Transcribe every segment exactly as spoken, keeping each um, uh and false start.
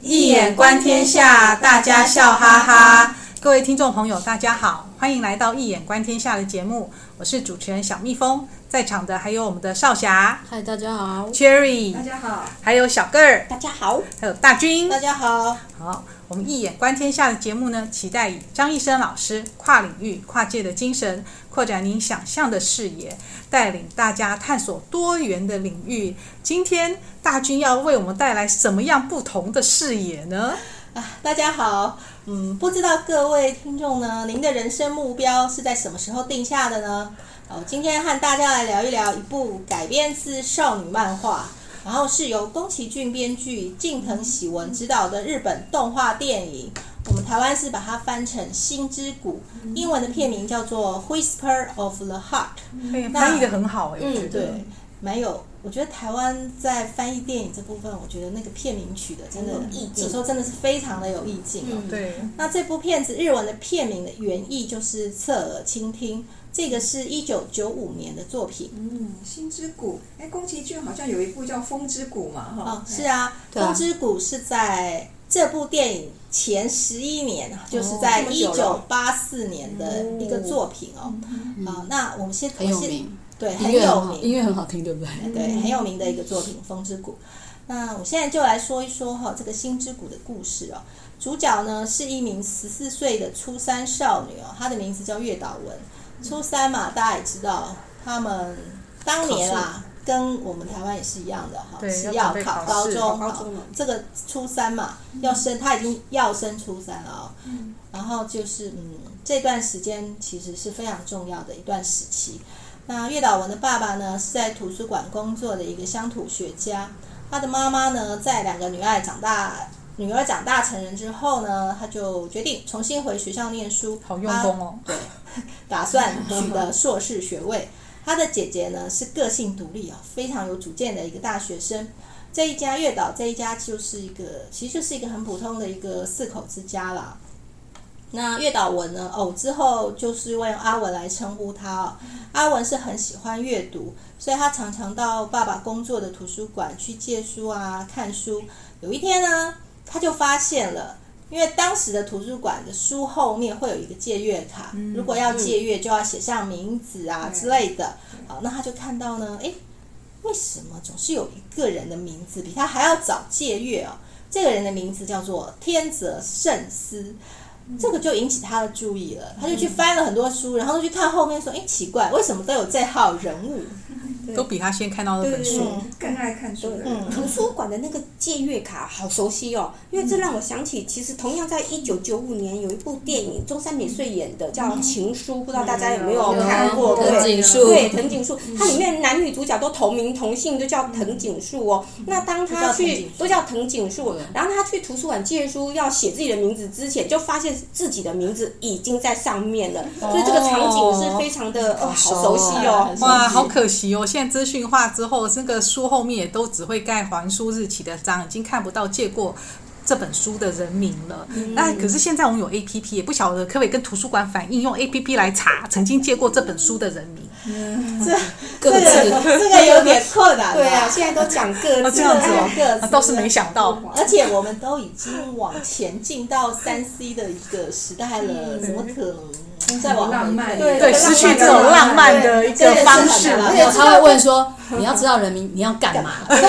一眼观天下，大家笑哈哈。各位听众朋友大家好，欢迎来到一眼观天下的节目，我是主持人小蜜蜂，在场的还有我们的少侠， 嗨，大家好 Cherry， 大家好， 还有小个儿， 大家好， 还有大军， 大家好。 好，我们一眼观天下的节目呢，期待以张医生老师跨领域、跨界的精神，扩展您想象的视野，带领大家探索多元的领域。今天大军要为我们带来什么样不同的视野呢？ 啊，大家好，嗯，不知道各位听众呢，您的人生目标是在什么时候定下的呢？哦，今天和大家来聊一聊一部改编自少女漫画，然后是由宫崎骏编剧、近藤喜文执导的日本动画电影。我们台湾是把它翻成《心之谷》，英文的片名叫做《Whisper of the Heart》。 对，翻译的很好哎、欸， 嗯，对，蛮有。我觉得台湾在翻译电影这部分，我觉得那个片名取的真的有时候真的是非常的有意境哦。 嗯、对。 那这部片子日文的片名的原意就是侧耳倾听，这个是一九九五年的作品。 嗯，心之谷，哎，宫崎骏好像有一部叫《风之谷》嘛，哈。 哦，是啊，《风之谷》是在这部电影前十一年，就是在一九八四年的一个作品哦。啊、 嗯呃，那我们先很有名。 对，很有名， 音乐很好听，对不对？ 对，很有名的一个作品《风之谷》。那我现在就来说一说哈这个《心之谷》的故事哦。主角呢是一名十四岁的初三少女哦，她的名字叫月岛文。初三嘛，大家也知道，他们当年啦，跟我们台湾也是一样的哈，是要考高中，高中这个初三嘛，要升，他已经要升初三了哦。嗯、然后就是嗯，这段时间其实是非常重要的一段时期。那月岛文的爸爸呢是在图书馆工作的一个乡土学家，他的妈妈呢在两个女儿长大女儿长大成人之后呢，他就决定重新回学校念书， 好用功哦。 对，打算取得硕士学位。他的姐姐呢是个性独立啊，非常有主见的一个大学生。这一家月岛这一家就是一个，其实就是一个很普通的一个四口之家啦。那月岛文呢？哦，之后就是会用阿文来称呼他哦。阿文是很喜欢阅读，所以他常常到爸爸工作的图书馆去借书啊、看书。有一天呢，他就发现了，因为当时的图书馆的书后面会有一个借阅卡，嗯、如果要借阅就要写上名字啊、嗯、之类的。好，那他就看到呢，诶，为什么总是有一个人的名字比他还要早借阅哦？这个人的名字叫做天泽圣司。这个就引起他的注意了，他就去翻了很多书，然后就去看后面说，哎，奇怪，为什么都有这号人物？ 都比他先看到那本书， 嗯、更爱看书的人。 嗯，图书馆的那个借阅卡好熟悉哦，因为这让我想起，其实同样在一九九五年有一部电影，中山美穗演的叫《情书》，不知道大家有没有看过？ 藤井树， 对，藤井树，它里面男女主角都同名同姓，就叫藤井树哦。那当他去都叫藤井树，然后他去图书馆借书要写自己的名字之前，就发现自己的名字已经在上面了，所以这个场景是非常的哦，好熟悉哦。 哇，好可惜哦。现在资讯化之后，这个书后面也都只会盖还书日期的章，已经看不到借过这本书的人名了。嗯、那可是现在我们有 A P P， 也不晓得可不可以跟图书馆反映，用 A P P 来查曾经借过这本书的人名。 嗯、这这个这个有点困难。 对啊，现在都讲各自， 这样子哦， 各自倒是没想到。 而且我们都已经往前进到三 C 的一个时代了，嗯、怎么可能？在往浪漫， 对对，失去这种浪漫的一个方式。 而且他会问说：“你要知道人名，你要干嘛？”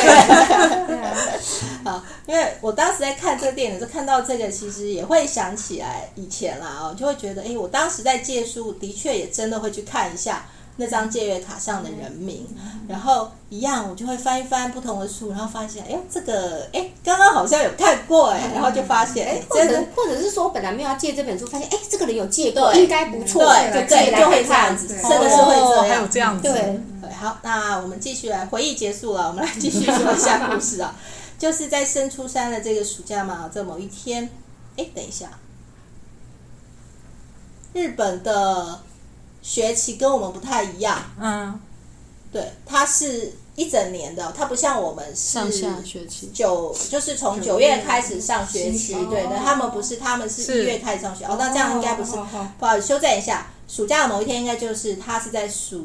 好，因为我当时在看这个电影的时候，看到这个，其实也会想起来以前啦哦，就会觉得，哎，我当时在借书，的确也真的会去看一下那张借阅卡上的人名，然后一样，我就会翻一翻不同的书，然后发现，哎，这个，哎，刚刚好像有看过，哎，然后就发现，哎， 真的，或者是说本来没有要借这本书，发现，哎，这个人有借过，应该不错， 对，就对，就会这样子，真的是会这样， 还有这样子， 对，对，好，那我们继续来，回忆结束了，我们来继续说一下故事啊，就是在升初三的这个暑假嘛，这某一天，哎，等一下，日本的学期跟我们不太一样，嗯，对，它是一整年的，它不像我们是上下学期九，就是从九月开始上学期，对对，他们不是，他们是一月开始上学，哦，那这样应该不是，不好意思，修正一下，暑假的某一天应该就是他是在暑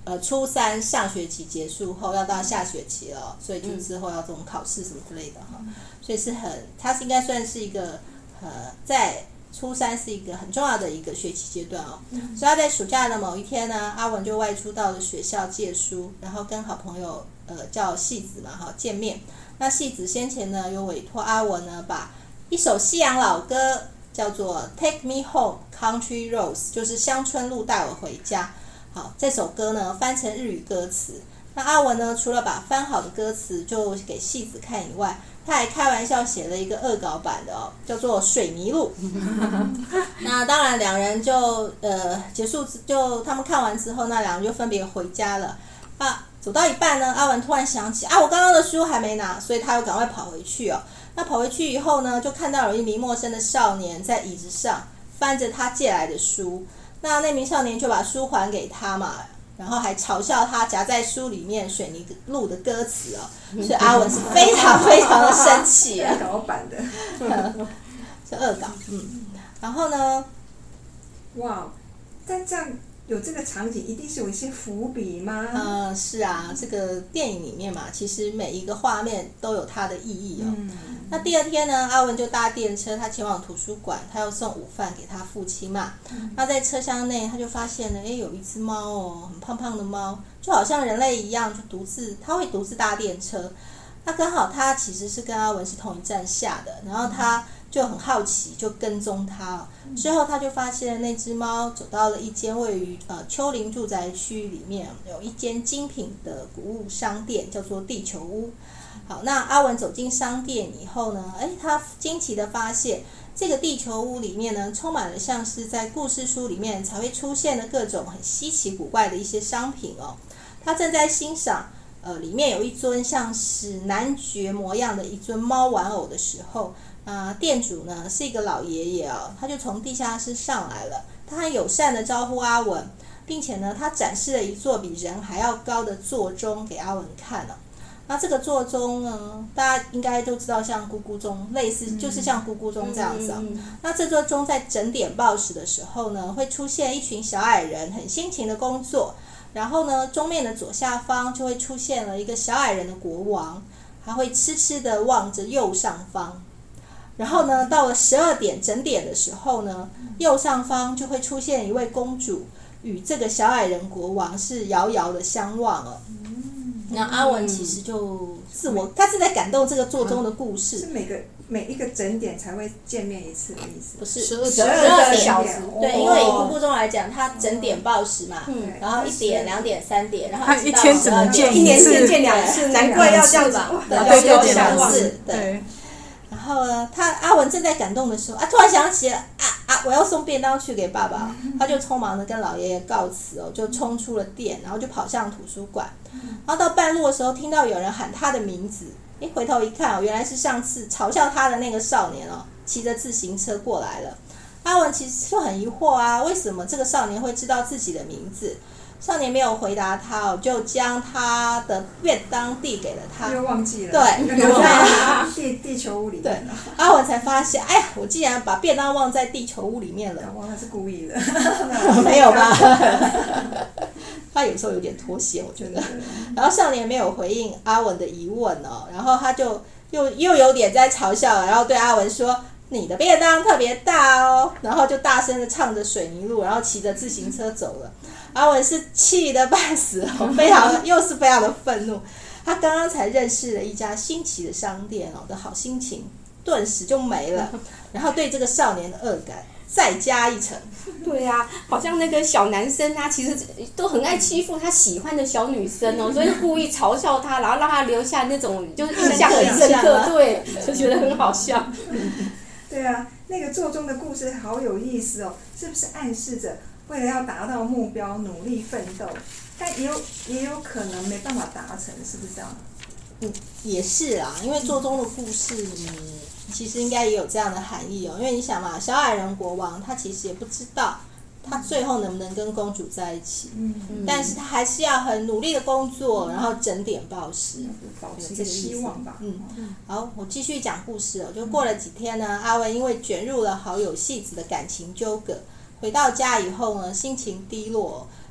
呃初三上学期结束后要到下学期了，所以就之后要这种考试什么之类的哈、嗯，所以是很，它是应该算是一个呃在初三是一个很重要的一个学期阶段哦，嗯、所以他在暑假的某一天呢，阿文就外出到了学校借书，然后跟好朋友呃叫戏子嘛哈见面。那戏子先前呢有委托阿文呢把一首西洋老歌叫做 Take Me Home Country Roads， 就是乡村路带我回家。好，这首歌呢翻成日语歌词。那阿文呢除了把翻好的歌词就给戏子看以外，他还开玩笑写了一个恶搞版的哦，叫做水泥路。那当然两人就呃结束就他们看完之后，那两人就分别回家了啊。走到一半呢，阿文突然想起啊，我刚刚的书还没拿，所以他又赶快跑回去哦。那跑回去以后呢，就看到有一名陌生的少年在椅子上翻着他借来的书。那那名少年就把书还给他嘛，然后还嘲笑他夹在书里面水泥路的歌词哦，所以阿文是非常非常的生气啊。 恶搞版的， 是恶搞，嗯。然后呢？ 哇，但这样。有这个场景一定是有一些伏笔吗？ 呃，是啊，这个电影里面嘛，其实每一个画面都有它的意义哦。嗯、那第二天呢，阿文就搭电车，他前往图书馆，他要送午饭给他父亲嘛。嗯、那在车厢内，他就发现了，哎，有一只猫哦，很胖胖的猫，就好像人类一样，就独自，他会独自搭电车。那刚好他其实是跟阿文是同一站下的，然后他就很好奇，就跟踪他。之后他就发现那只猫走到了一间位于呃丘陵住宅区里面有一间精品的古物商店，叫做地球屋。好，那阿文走进商店以后呢，哎，他惊奇的发现这个地球屋里面呢，充满了像是在故事书里面才会出现的各种很稀奇古怪的一些商品哦。他正在欣赏。呃，里面有一尊像是男爵模样的一尊猫玩偶的时候，啊、呃，店主呢是一个老爷爷哦，他就从地下室上来了，他很友善的招呼阿文，并且呢，他展示了一座比人还要高的座钟给阿文看了、哦。那这个座钟呢，大家应该都知道，像咕咕钟，类似、嗯、就是像咕咕钟这样子、哦嗯、那这座钟在整点报时的时候呢，会出现一群小矮人，很辛勤的工作。然后呢，钟面的左下方就会出现了一个小矮人的国王，他会痴痴地望着右上方。然后呢，到了十二点整点的时候呢，右上方就会出现一位公主，与这个小矮人国王是遥遥的相望了。那阿文其实就自我，他是在感动这个座钟的故事。 是每个每一个整点才会见面一次的意思？ 不是， 十二个小时。 对，因为以咕咕钟来讲，它整点报时嘛，嗯，然后一点、两点、三点，然后一天只能见一年次， 见两次，难怪要这样子， 对， 对对两次， 对。 然后呢，他阿文正在感动的时候，啊，突然想起了啊啊，我要送便当去给爸爸，他就匆忙的跟老爷爷告辞哦，就冲出了店，然后就跑向图书馆。然后到半路的时候，听到有人喊他的名字，一回头一看哦，原来是上次嘲笑他的那个少年哦，骑着自行车过来了。阿文其实就很疑惑啊，为什么这个少年会知道自己的名字？少年没有回答他哦，就将他的便当递给了他。 又忘记了。 对， 留在地地球屋里面。 对，阿文才发现，哎呀，我竟然把便当忘在地球屋里面了。 忘他是故意的。 没有吧？他有时候有点脱线，我觉得。然后少年没有回应阿文的疑问哦，然后他就又又有点在嘲笑了，然后对阿文说：“你的便当特别大哦。”然后就大声的唱着水泥路，然后骑着自行车走了。阿文是气得半死哦，非常又是非常的愤怒。他刚刚才认识了一家新奇的商店哦，的好心情顿时就没了，然后对这个少年的恶感再加一层。 对啊，好像那个小男生啊，其实都很爱欺负他喜欢的小女生哦，所以故意嘲笑他，然后让他留下那种就是印象很深刻，对，就觉得很好笑。 对啊，那个座钟的故事好有意思哦，是不是暗示着为了要达到目标努力奋斗，但也有也有可能没办法达成，是不是这样？ 嗯，也是啦，因为座钟的故事，嗯，其实应该也有这样的含义哦。因为你想嘛，小矮人国王他其实也不知道他最后能不能跟公主在一起，嗯，但是他还是要很努力的工作，然后整点报时， 保持一个希望吧。 嗯，好，我继续讲故事哦。就过了几天呢，阿文因为卷入了好友戏子的感情纠葛，回到家以后呢，心情低落，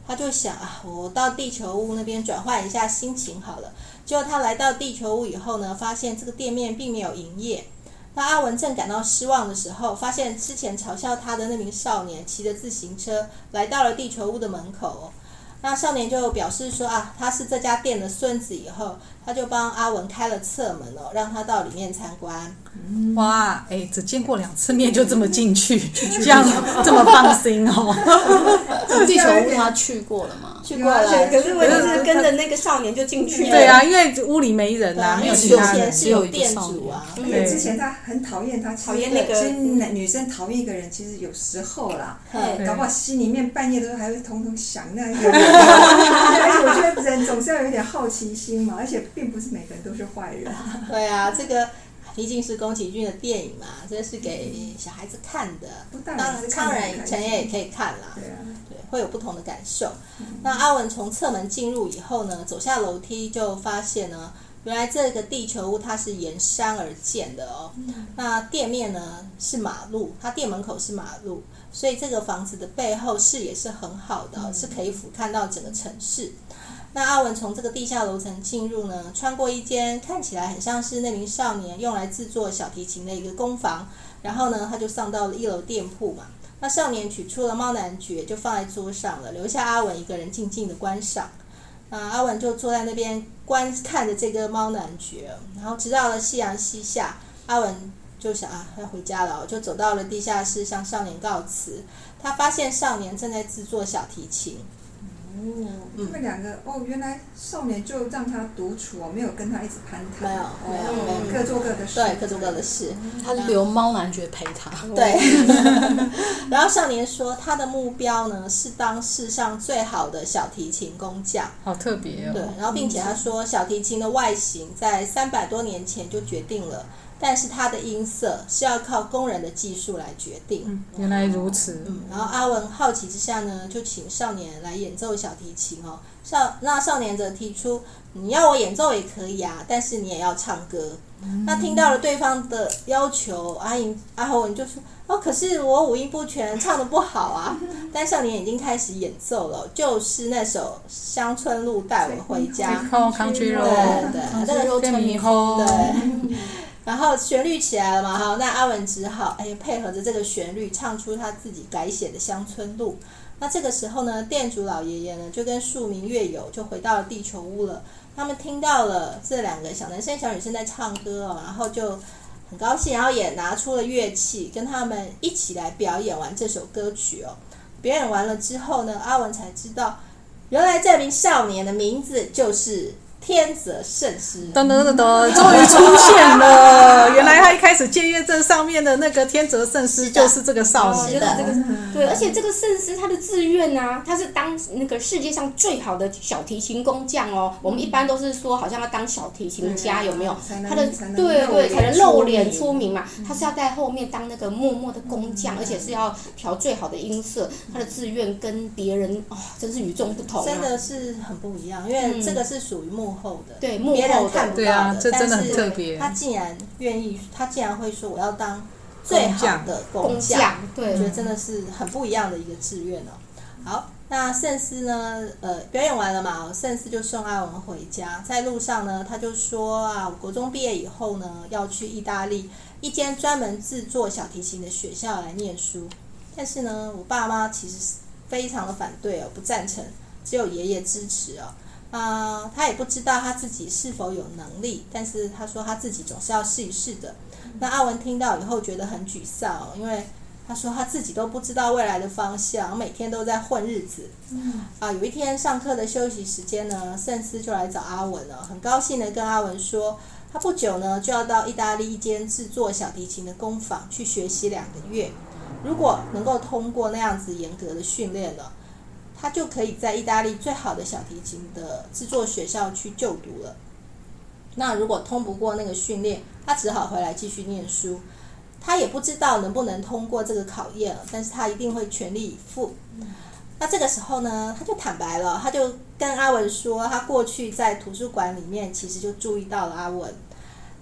他就想啊，我到地球屋那边转换一下心情好了。结果他来到地球屋以后呢，发现这个店面并没有营业。那阿文正感到失望的时候，发现之前嘲笑他的那名少年骑着自行车来到了地球屋的门口。那少年就表示说啊，他是这家店的孙子，以后他就帮阿文开了侧门哦，让他到里面参观。 哇，哎，只见过两次面就这么进去，这样这么放心哦。 地球屋他去过了吗？ 去过了， 可是问题是跟着那个少年就进去了。 对啊，因为屋里没人啊，没有其他人， 是有店主啊。 而且之前他很讨厌他， 讨厌那个， 其实女生讨厌一个人，其实有时候啦，搞不好心里面半夜的时候还会统统想那个人。而且我觉得人总是要有点好奇心嘛，而且并不是每个人都是坏人。 对啊，这个毕竟是宫崎骏的电影嘛，这是给小孩子看的，当然当然成人也可以看啦。 对啊， 对，会有不同的感受。那阿文从侧门进入以后呢，走下楼梯就发现呢，原来这个地球屋它是沿山而建的哦。那店面呢是马路，它店门口是马路，所以这个房子的背后视野是很好的，是可以俯瞰到整个城市。那阿文从这个地下楼层进入呢，穿过一间看起来很像是那名少年用来制作小提琴的一个工房，然后呢他就上到了一楼店铺嘛。那少年取出了猫男爵就放在桌上了，留下阿文一个人静静的观赏。那阿文就坐在那边观看着这个猫男爵，然后直到了夕阳西下，阿文就想啊要回家了，就走到了地下室向少年告辞。他发现少年正在制作小提琴。 哦，他们两个哦，原来少年就让他独处哦，没有跟他一直攀谈， 没有，没有，没有， 各做各的事， 对，各做各的事。 他留猫男爵陪他， 对。然后少年说，他的目标呢是当世上最好的小提琴工匠， 好特别哦。 对，然后并且他说，小提琴的外形在三百多年前就决定了。但是它的音色是要靠工人的技术来决定。 嗯，原来如此。 嗯，然后阿文好奇之下呢，就请少年来演奏小提琴哦。少那少年则提出，你要我演奏也可以啊，但是你也要唱歌。嗯、那听到了对方的要求，阿英阿文就说：“哦，可是我五音不全，唱得不好啊。”但少年已经开始演奏了，就是那首《乡村路带我回家》。 Country Road， 对对，那个天迷后。 对。然后旋律起来了嘛，好，那阿文只好哎配合着这个旋律唱出他自己改写的乡村路。那这个时候呢，店主老爷爷呢就跟数名乐友就回到了地球屋了。他们听到了这两个小男生小女生在唱歌哦，然后就很高兴，然后也拿出了乐器跟他们一起来表演完这首歌曲哦。表演完了之后呢，阿文才知道，原来这名少年的名字就是天泽圣司。 噔噔噔噔，终于出现了！原来他一开始借阅证上面的那个天泽圣司就是这个少年。 就是这个，对，而且这个圣司他的志愿啊，他是当那个世界上最好的小提琴工匠哦。我们一般都是说好像要当小提琴家，有没有？他的对对，才能露脸出名嘛。他是要在后面当那个默默的工匠，而且是要调最好的音色。他的志愿跟别人哦，真是与众不同， 真的是很不一样，因为这个是属于幕后的， 对，幕后的别人看不到的， 对啊，这真的很特别。 他竟然愿意，他竟然会说我要当最好的工匠， 对， 我觉得真的是很不一样的一个志愿哦。好，那圣司呢，呃，表演完了嘛，圣司就送阿文回家。在路上呢，他就说啊，我国中毕业以后呢，要去意大利一间专门制作小提琴的学校来念书。但是呢，我爸妈其实非常的反对哦，不赞成，只有爷爷支持哦。啊、呃，他也不知道他自己是否有能力，但是他说他自己总是要试一试的。那阿文听到以后觉得很沮丧、哦，因为他说他自己都不知道未来的方向，每天都在混日子。嗯、啊，有一天上课的休息时间呢，圣司就来找阿文了，很高兴的跟阿文说，他不久呢就要到意大利一间制作小提琴的工坊去学习两个月，如果能够通过那样子严格的训练了，他就可以在意大利最好的小提琴的制作学校去就读了。那如果通不过那个训练，他只好回来继续念书。他也不知道能不能通过这个考验，但是他一定会全力以赴。那这个时候呢，他就坦白了，他就跟阿文说，他过去在图书馆里面其实就注意到了阿文。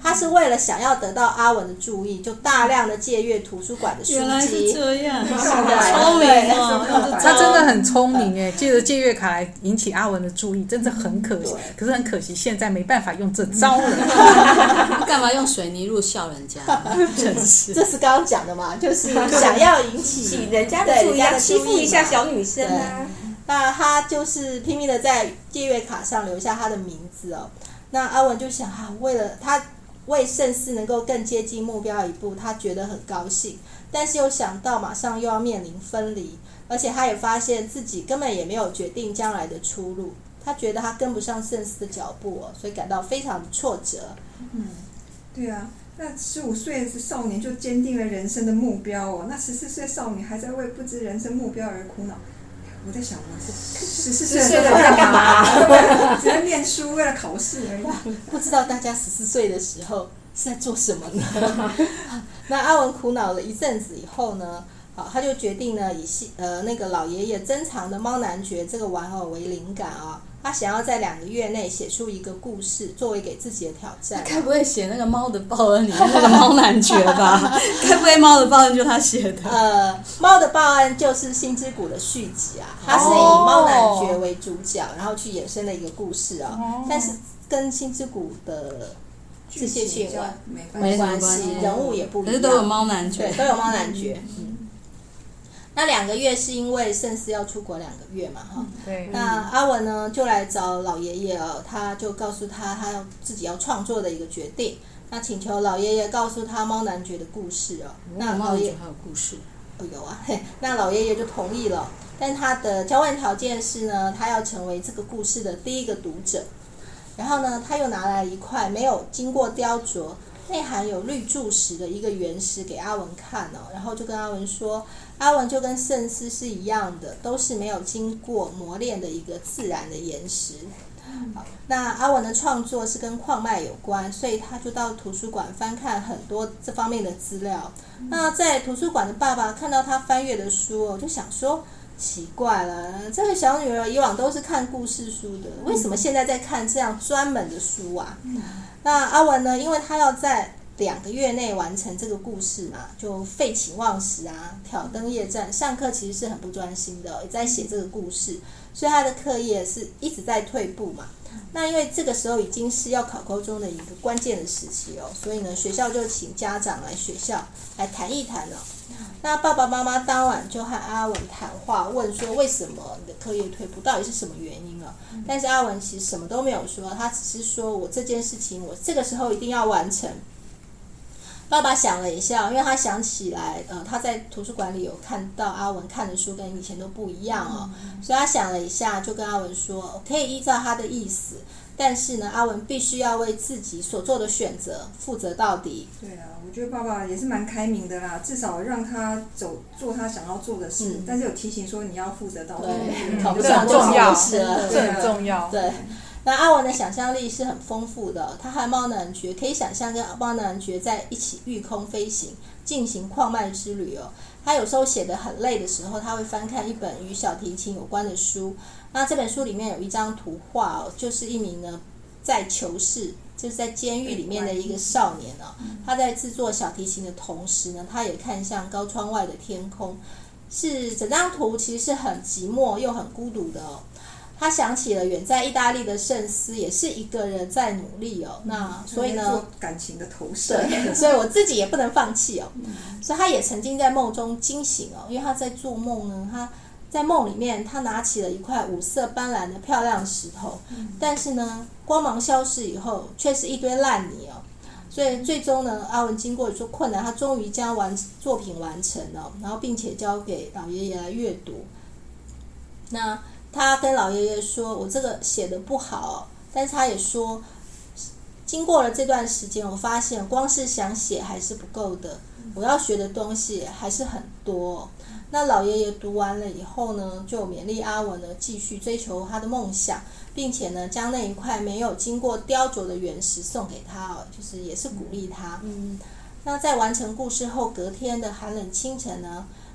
他是为了想要得到阿文的注意，就大量的借阅图书馆的书籍。 原来是这样， 好聪明哦！ 他真的很聪明哎，借着借阅卡来引起阿文的注意，真的很可惜。可是很可惜，现在没办法用这招了。 干嘛用水泥路笑人家？真是， 这是刚刚讲的嘛，就是想要引起人家的注意，要欺负一下小女生啊。 那他就是拼命的在借阅卡上留下他的名字哦。那阿文就想啊，为了他为盛世能够更接近目标一步，他觉得很高兴，但是又想到马上又要面临分离，而且他也发现自己根本也没有决定将来的出路，他觉得他跟不上盛世的脚步哦，所以感到非常的挫折。 嗯，对啊，那十五岁的少年就坚定了人生的目标哦，那十四岁少女还在为不知人生目标而苦恼。我在想，我十四岁的时候在干嘛？只在念书，为了考试而已。 不知道大家十四岁的时候是在做什么呢？那阿文苦恼了一阵子以后呢，好，他就决定呢，以呃那个老爷爷珍藏的猫男爵这个玩偶为灵感啊，他想要在两个月内写出一个故事，作为给自己的挑战。 该不会写那个《猫的报恩》里面那个猫男爵吧？该不会《猫的报恩》就他写的？ 呃，《猫的报恩》就是《星之谷》的续集啊，它是以猫男爵为主角，然后去衍生的一个故事啊、哦。但是跟《星之谷》的这些新闻没关系，人物也不一样， 可是都有猫男爵， 对，都有猫男爵。嗯。那两个月是因为盛世要出国两个月嘛，哈、嗯， 对。 那阿文呢就来找老爷爷哦，他就告诉他他要自己要创作的一个决定，那请求老爷爷告诉他猫男爵的故事哦。那猫男爵还有故事？ 哦，有啊，嘿，那老爷爷就同意了，但他的交换条件是呢，他要成为这个故事的第一个读者。然后呢，他又拿来一块没有经过雕琢、内含有绿柱石的一个原石给阿文看哦，然后就跟阿文说，阿文就跟圣斯是一样的，都是没有经过磨练的一个自然的岩石。好，那阿文的创作是跟矿脉有关，所以他就到图书馆翻看很多这方面的资料。那在图书馆的爸爸看到他翻阅的书哦，就想说，奇怪了，这个小女儿以往都是看故事书的，为什么现在在看这样专门的书啊？那阿文呢，因为他要在两个月内完成这个故事嘛，就废寝忘食啊，挑灯夜战，上课其实是很不专心的，也在写这个故事，所以他的课业是一直在退步嘛。那因为这个时候已经是要考高中的一个关键的时期哦，所以呢，学校就请家长来学校来谈一谈了。那爸爸妈妈当晚就和阿文谈话，问说为什么你的课业退步，到底是什么原因了？但是阿文其实什么都没有说，他只是说我这件事情我这个时候一定要完成。爸爸想了一下，因为他想起来，呃，他在图书馆里有看到阿文看的书跟以前都不一样哦，所以他想了一下，就跟阿文说，可以依照他的意思，但是呢，阿文必须要为自己所做的选择负责到底。 对啊，我觉得爸爸也是蛮开明的啦，至少让他走做他想要做的事，嗯、但是有提醒说你要负责到底， 考不上很重要， 这很重要。 对。那阿文的想象力是很丰富的，他和猫男爵可以想象跟猫男爵在一起御空飞行，进行矿脉之旅哦。他有时候写得很累的时候，他会翻看一本与小提琴有关的书。那这本书里面有一张图画哦，就是一名呢在囚室，就是在监狱里面的一个少年哦。他在制作小提琴的同时呢，他也看向高窗外的天空。是整张图其实是很寂寞又很孤独的哦。他想起了远在意大利的圣斯，也是一个人在努力哦。那所以呢， 做感情的投射， 对，所以我自己也不能放弃哦。所以他也曾经在梦中惊醒哦，因为他在做梦呢，他在梦里面他拿起了一块五色斑斓的漂亮石头，但是呢，光芒消失以后，却是一堆烂泥哦。所以最终呢，阿文经过一些困难，他终于将完作品完成了，然后并且交给老爷爷来阅读。那他跟老爷爷说，我这个写得不好，但是他也说，经过了这段时间，我发现光是想写还是不够的，我要学的东西还是很多。那老爷爷读完了以后呢，就勉励阿文呢继续追求他的梦想，并且呢将那一块没有经过雕琢的原石送给他哦，就是也是鼓励他。嗯，那在完成故事后，隔天的寒冷清晨呢，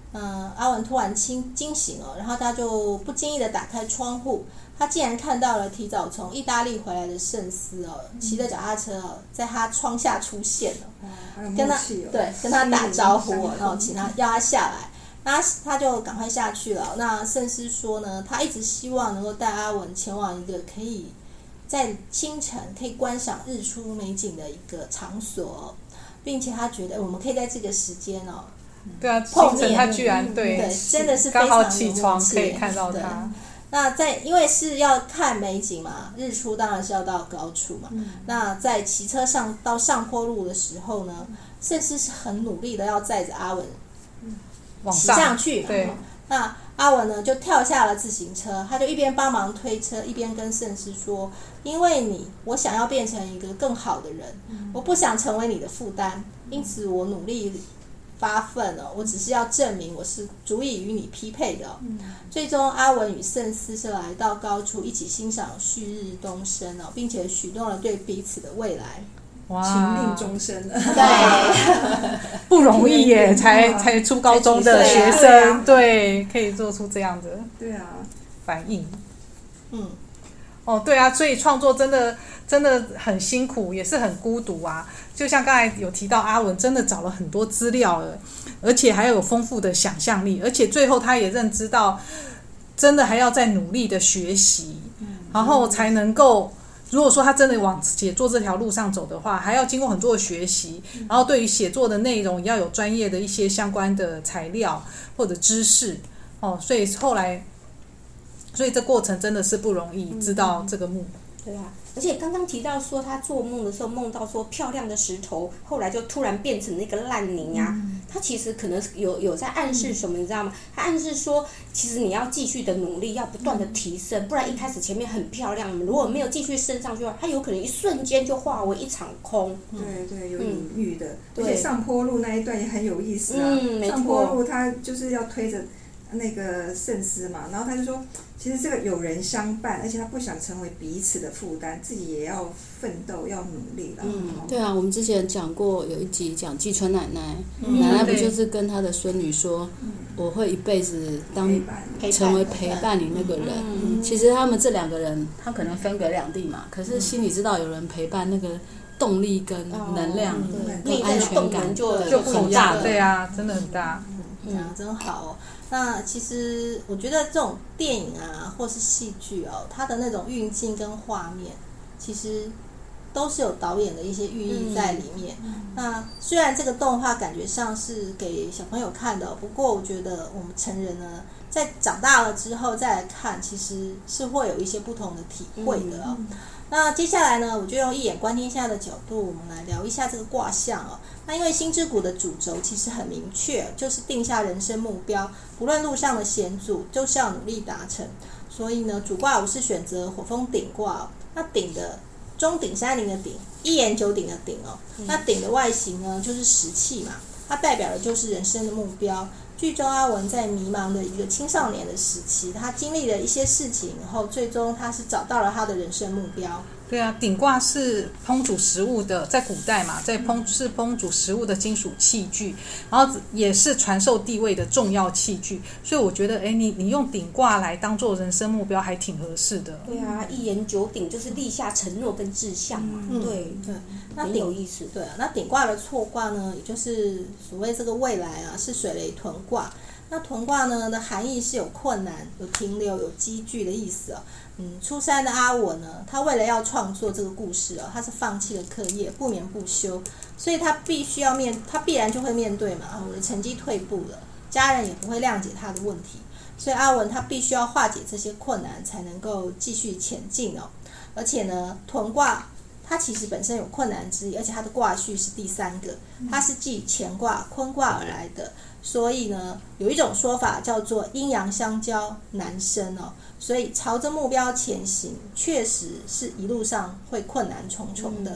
嗯，阿文突然惊惊醒了，然后他就不经意的打开窗户，他竟然看到了提早从意大利回来的圣斯哦，骑着脚踏车哦，在他窗下出现了， 嗯、 跟他、 哦、 对跟他打招呼哦，然后请他要他下来，那他就赶快下去了。那圣斯说呢，他一直希望能够带阿文前往一个可以在清晨可以观赏日出美景的一个场所、哦，并且他觉得我们可以在这个时间哦。 对啊，清晨他居然对、 嗯、对，真的是刚好起床可以看到他。 那在因为是要看美景嘛，日出当然是要到高处嘛。嗯、那在骑车上到上坡路的时候呢，甚至是很努力的要载着阿文骑上去。 对， 那阿文呢就跳下了自行车，他就一边帮忙推车，一边跟圣师说：“因为你，我想要变成一个更好的人，嗯、我不想成为你的负担，因此我努力。”发奋了，我只是要证明我是足以与你匹配的、哦嗯、最终阿文与圣斯是来到高处一起欣赏旭日东升、哦、并且许诺了对彼此的未来。 哇，情定终身了， 对， 不容易耶，才才初高中的学生，对、啊、对，可以做出这样的对啊反应。 嗯， 哦，对啊，所以创作真的真的很辛苦，也是很孤独啊。就像刚才有提到，阿文真的找了很多资料了，而且还有丰富的想象力，而且最后他也认知到，真的还要再努力的学习，然后才能够。如果说他真的往写作这条路上走的话，还要经过很多的学习，然后对于写作的内容也要有专业的一些相关的材料或者知识哦。所以后来，所以这过程真的是不容易，知道这个目。 对啊，而且刚刚提到说他做梦的时候梦到说漂亮的石头，后来就突然变成那个烂泥啊。嗯、他其实可能有有在暗示什么，你知道吗？他暗示说，其实你要继续的努力，要不断的提升，不然一开始前面很漂亮，如果没有继续升上去的话，它有可能一瞬间就化为一场空。 对对，有隐喻的。 嗯、 而且上坡路那一段也很有意思啊。 嗯，没错。 上坡路他就是要推着那个圣斯嘛，然后他就说，其实这个有人相伴，而且他不想成为彼此的负担，自己也要奋斗，要努力了。 嗯，对啊，我们之前讲过有一集讲季春奶奶，嗯、奶奶不就是跟她的孙女说，嗯、我会一辈子当成为陪伴你那个人。嗯、其实他们这两个人，他可能分隔两地嘛，可是心里知道有人陪伴，那个动力跟能量、 嗯、 跟安全感就就很大的。 对啊，真的很大。 嗯，讲得真好哦。那其实我觉得这种电影啊，或是戏剧哦，它的那种运镜跟画面，其实都是有导演的一些寓意在里面。嗯、那虽然这个动画感觉上是给小朋友看的，不过我觉得我们成人呢，在长大了之后再来看，其实是会有一些不同的体会的哦。嗯、那接下来呢，我就用一眼观天下的角度，我们来聊一下这个卦象哦。那因为心之谷的主轴其实很明确，就是定下人生目标，不论路上的险阻，就是要努力达成。所以呢，主卦我是选择火风鼎卦哦。那鼎的钟鼎山林的鼎，一言九鼎的鼎哦。那鼎的外形呢，就是石器嘛，它代表的就是人生的目标。剧中阿文在迷茫的一个青少年的时期，他经历了一些事情以后，最终他是找到了他的人生目标。 对啊，鼎卦是烹煮食物的，在古代嘛，在烹是烹煮食物的金属器具，然后也是传授地位的重要器具，所以我觉得，哎，你你用鼎卦来当做人生目标，还挺合适的。 对啊，一言九鼎就是立下承诺跟志向嘛。嗯、对对，那很有意思。对啊，那鼎卦的错卦呢，也就是所谓这个未来啊，是水雷屯卦。那屯卦呢的含义是有困难、有停留、有积聚的意思哦。嗯，初三的阿文呢，他为了要创作这个故事哦，他是放弃了课业，不眠不休，所以他必须要面，他必然就会面对嘛，我的成绩退步了，家人也不会谅解他的问题，所以阿文他必须要化解这些困难，才能够继续前进哦。而且呢，屯卦它其实本身有困难之一，而且它的卦序是第三个，它是继乾卦、坤卦而来的。所以呢，有一种说法叫做阴阳相交难生哦，所以朝着目标前行，确实是一路上会困难重重的。 嗯、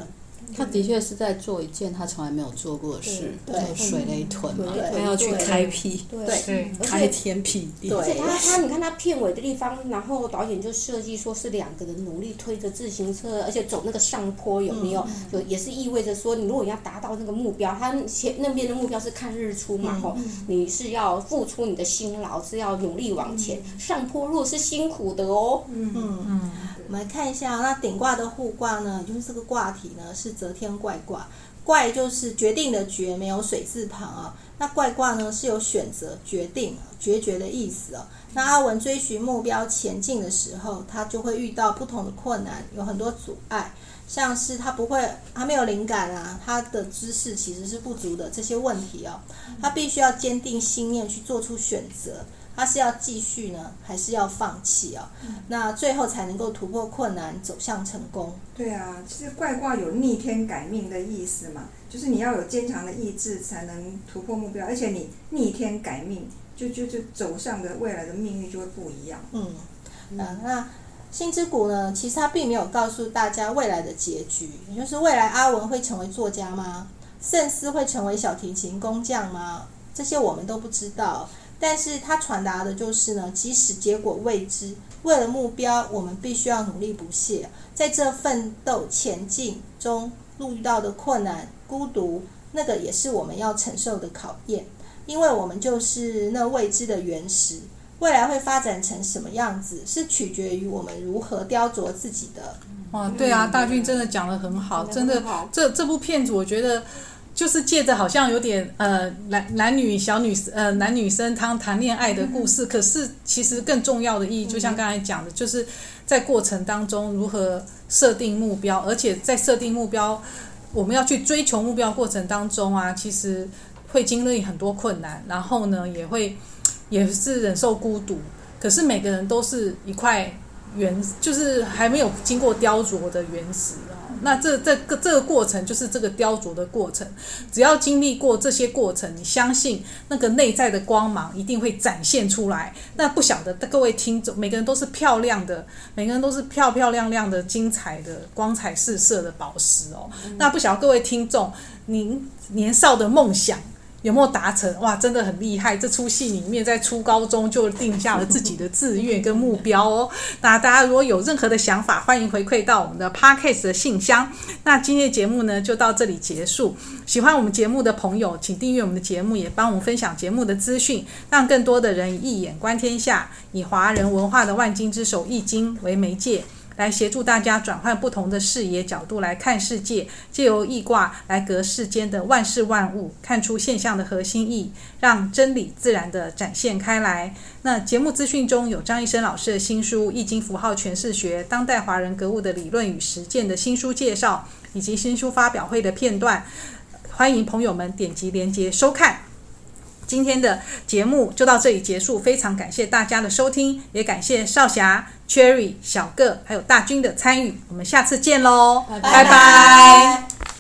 他的确是在做一件他从来没有做过的事， 对叫水雷屯嘛， 对他要去开辟， 对， 开天辟地。 而且他他你看他片尾的地方，然后导演就设计说是两个人努力推着自行车，而且走那个上坡，有没有？有也是意味着说，你如果你要达到那个目标，他前那边的目标是看日出嘛，吼、嗯，你是要付出你的辛劳，是要努力往前，嗯、上坡路是辛苦的哦。 嗯嗯，我们来看一下，那顶卦的互卦呢，就是这个卦体呢是则天怪卦，怪就是决定的决，没有水字旁啊。那怪卦呢是有选择、决定、决绝的意思哦。那阿文追寻目标前进的时候，他就会遇到不同的困难，有很多阻碍，像是他不会，他没有灵感啊，他的知识其实是不足的这些问题哦，他必须要坚定信念去做出选择。他是要继续呢，还是要放弃啊、哦？那最后才能够突破困难，走向成功。 对啊，其实怪卦有逆天改命的意思嘛，就是你要有坚强的意志才能突破目标，而且你逆天改命，就就就走向的未来的命运就会不一样。 嗯，啊，那星之谷呢，其实他并没有告诉大家未来的结局，也就是未来阿文会成为作家吗？圣思会成为小提琴工匠吗？这些我们都不知道。但是他传达的就是呢，即使结果未知，为了目标，我们必须要努力不懈。在这奋斗前进中遇到的困难、孤独，那个也是我们要承受的考验，因为我们就是那未知的原石。未来会发展成什么样子，是取决于我们如何雕琢自己的。 哇，对啊，大俊真的讲得很好，真的，这这部片子我觉得。就是借着好像有点呃男男女小女呃男女生他谈恋爱的故事，可是其实更重要的意义，就像刚才讲的，就是在过程当中如何设定目标，而且在设定目标，我们要去追求目标过程当中啊，其实会经历很多困难，然后呢也会也是忍受孤独，可是每个人都是一块原，就是还没有经过雕琢的原石哦。那这这个这个过程就是这个雕琢的过程，只要经历过这些过程，你相信那个内在的光芒一定会展现出来。那不晓得各位听众，每个人都是漂亮的，每个人都是漂漂亮亮的、精彩的、光彩四射的宝石哦。嗯、那不晓得各位听众，您年少的梦想有没有达成？哇，真的很厉害！这出戏里面在初高中就定下了自己的志愿跟目标哦。那大家如果有任何的想法，欢迎回馈到我们的 Podcast 的信箱。那今天的节目呢就到这里结束。喜欢我们节目的朋友，请订阅我们的节目，也帮我们分享节目的资讯，让更多的人一眼观天下。以华人文化的万经之首《易经》为媒介，来协助大家转换不同的视野角度来看世界，藉由易卦来隔世间的万事万物，看出现象的核心意义，让真理自然的展现开来。那节目资讯中有张一生老师的新书《易经符号诠释学：当代华人格物的理论与实践》的新书介绍，以及新书发表会的片段，欢迎朋友们点击连结收看。今天的节目就到这里结束，非常感谢大家的收听，也感谢少侠、Cherry、小个还有大军的参与，我们下次见喽，拜拜。拜拜。